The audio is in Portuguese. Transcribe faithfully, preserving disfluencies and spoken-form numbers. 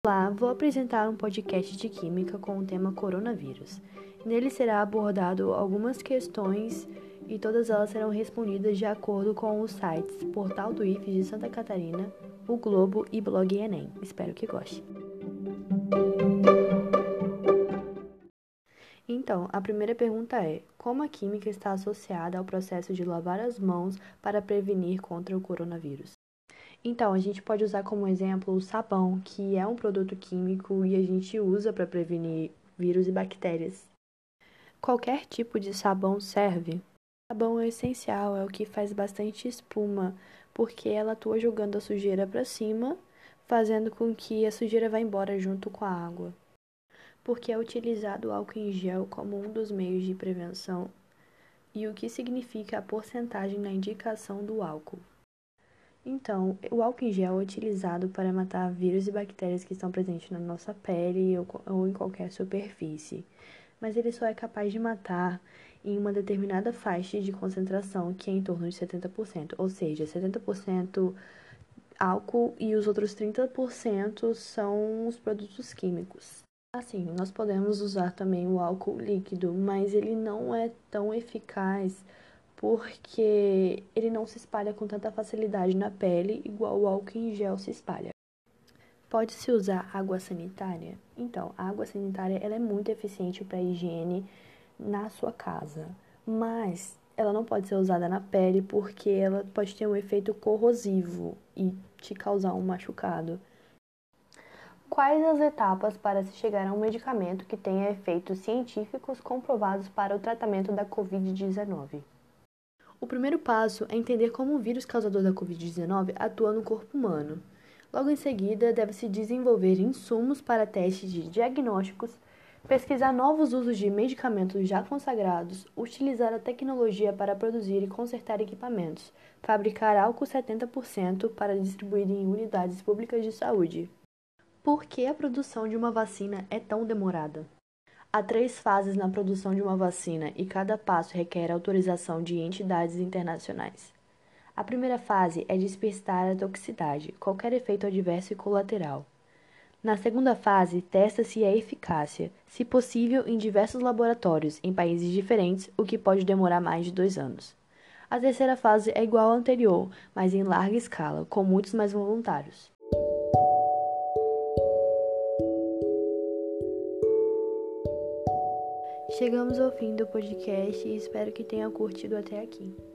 Olá, vou apresentar um podcast de Química com o tema coronavírus. Nele será abordado algumas questões e todas elas serão respondidas de acordo com os sites Portal do I F E S de Santa Catarina, o Globo e Blog Enem. Espero que goste. Então, a primeira pergunta é: como a química está associada ao processo de lavar as mãos para prevenir contra o coronavírus? Então, a gente pode usar como exemplo o sabão, que é um produto químico e a gente usa para prevenir vírus e bactérias. Qualquer tipo de sabão serve. O sabão é essencial, é o que faz bastante espuma, porque ela atua jogando a sujeira para cima, fazendo com que a sujeira vá embora junto com a água. Porque é utilizado o álcool em gel como um dos meios de prevenção e o que significa a porcentagem na indicação do álcool. Então, o álcool em gel é utilizado para matar vírus e bactérias que estão presentes na nossa pele ou em qualquer superfície, mas ele só é capaz de matar em uma determinada faixa de concentração, que é em torno de setenta por cento, ou seja, setenta por cento álcool e os outros trinta por cento são os produtos químicos. Assim, nós podemos usar também o álcool líquido, mas ele não é tão eficaz porque ele não se espalha com tanta facilidade na pele, igual o álcool em gel se espalha. Pode-se usar água sanitária? Então, a água sanitária ela é muito eficiente para a higiene na sua casa, mas ela não pode ser usada na pele porque ela pode ter um efeito corrosivo e te causar um machucado. Quais as etapas para se chegar a um medicamento que tenha efeitos científicos comprovados para o tratamento da covid dezenove? O primeiro passo é entender como o vírus causador da covid dezenove atua no corpo humano. Logo em seguida, deve-se desenvolver insumos para testes de diagnósticos, pesquisar novos usos de medicamentos já consagrados, utilizar a tecnologia para produzir e consertar equipamentos, fabricar álcool setenta por cento para distribuir em unidades públicas de saúde. Por que a produção de uma vacina é tão demorada? Há três fases na produção de uma vacina e cada passo requer autorização de entidades internacionais. A primeira fase é despistar a toxicidade, qualquer efeito adverso e colateral. Na segunda fase, testa-se a eficácia, se possível em diversos laboratórios, em países diferentes, o que pode demorar mais de dois anos. A terceira fase é igual à anterior, mas em larga escala, com muitos mais voluntários. Chegamos ao fim do podcast e espero que tenha curtido até aqui.